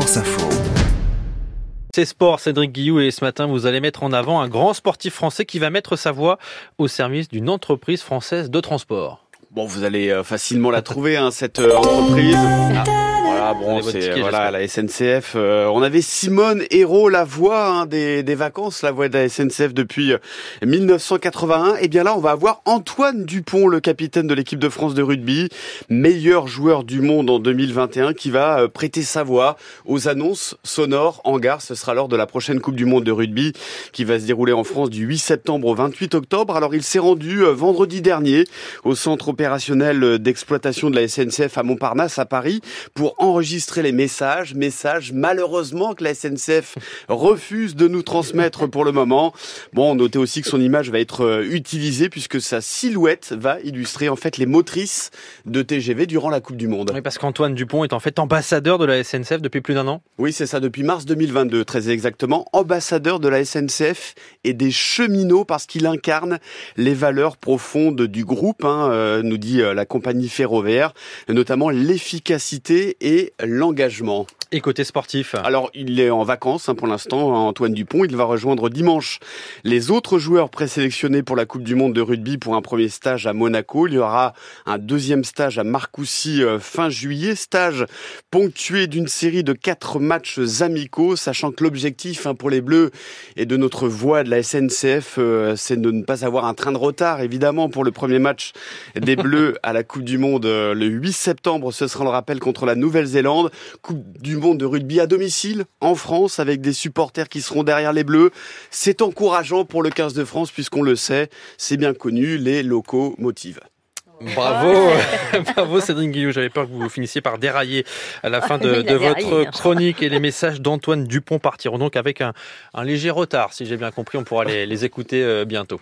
Force Info. C'est sport, Cédric Guillou, et ce matin, vous allez mettre en avant un grand sportif français qui va mettre sa voix au service d'une entreprise française de transport. Bon, vous allez facilement la trouver, cette entreprise. C'est la SNCF. On avait Simone Hérault, la voix des vacances, la voix de la SNCF depuis 1981. Et bien là, on va avoir Antoine Dupont, le capitaine de l'équipe de France de rugby, meilleur joueur du monde en 2021, qui va prêter sa voix aux annonces sonores en gare. Ce sera lors de la prochaine Coupe du monde de rugby qui va se dérouler en France du 8 septembre au 28 octobre. Alors, il s'est rendu vendredi dernier au centre opérationnel d'exploitation de la SNCF à Montparnasse, à Paris, pour enregistrer les messages malheureusement que la SNCF refuse de nous transmettre pour le moment. Bon, notez aussi que son image va être utilisée puisque sa silhouette va illustrer en fait les motrices de TGV durant la Coupe du Monde. Oui, parce qu'Antoine Dupont est en fait ambassadeur de la SNCF depuis plus d'1 an. Oui, c'est ça, depuis mars 2022, très exactement, ambassadeur de la SNCF et des cheminots parce qu'il incarne les valeurs profondes du groupe, nous dit la compagnie ferroviaire, notamment l'efficacité et l'engagement. Et côté sportif? Alors, il est en vacances pour l'instant, Antoine Dupont. Il va rejoindre dimanche les autres joueurs présélectionnés pour la Coupe du monde de rugby pour un premier stage à Monaco. Il y aura un deuxième stage à Marcoussis fin juillet. Stage ponctué d'une série de 4 matchs amicaux, sachant que l'objectif pour les Bleus et de notre voix de la SNCF, c'est de ne pas avoir un train de retard, évidemment, pour le premier match des Bleus à la Coupe du monde le 8 septembre. Ce sera le rappel contre la Nouvelle-Zélande. Coupe du monde de rugby à domicile en France avec des supporters qui seront derrière les Bleus. C'est encourageant pour le 15 de France puisqu'on le sait, c'est bien connu, les locaux motivent. Bravo Cédric Guillou, j'avais peur que vous finissiez par dérailler à la fin de votre chronique, et les messages d'Antoine Dupont partiront donc avec un léger retard, si j'ai bien compris. On pourra les écouter bientôt.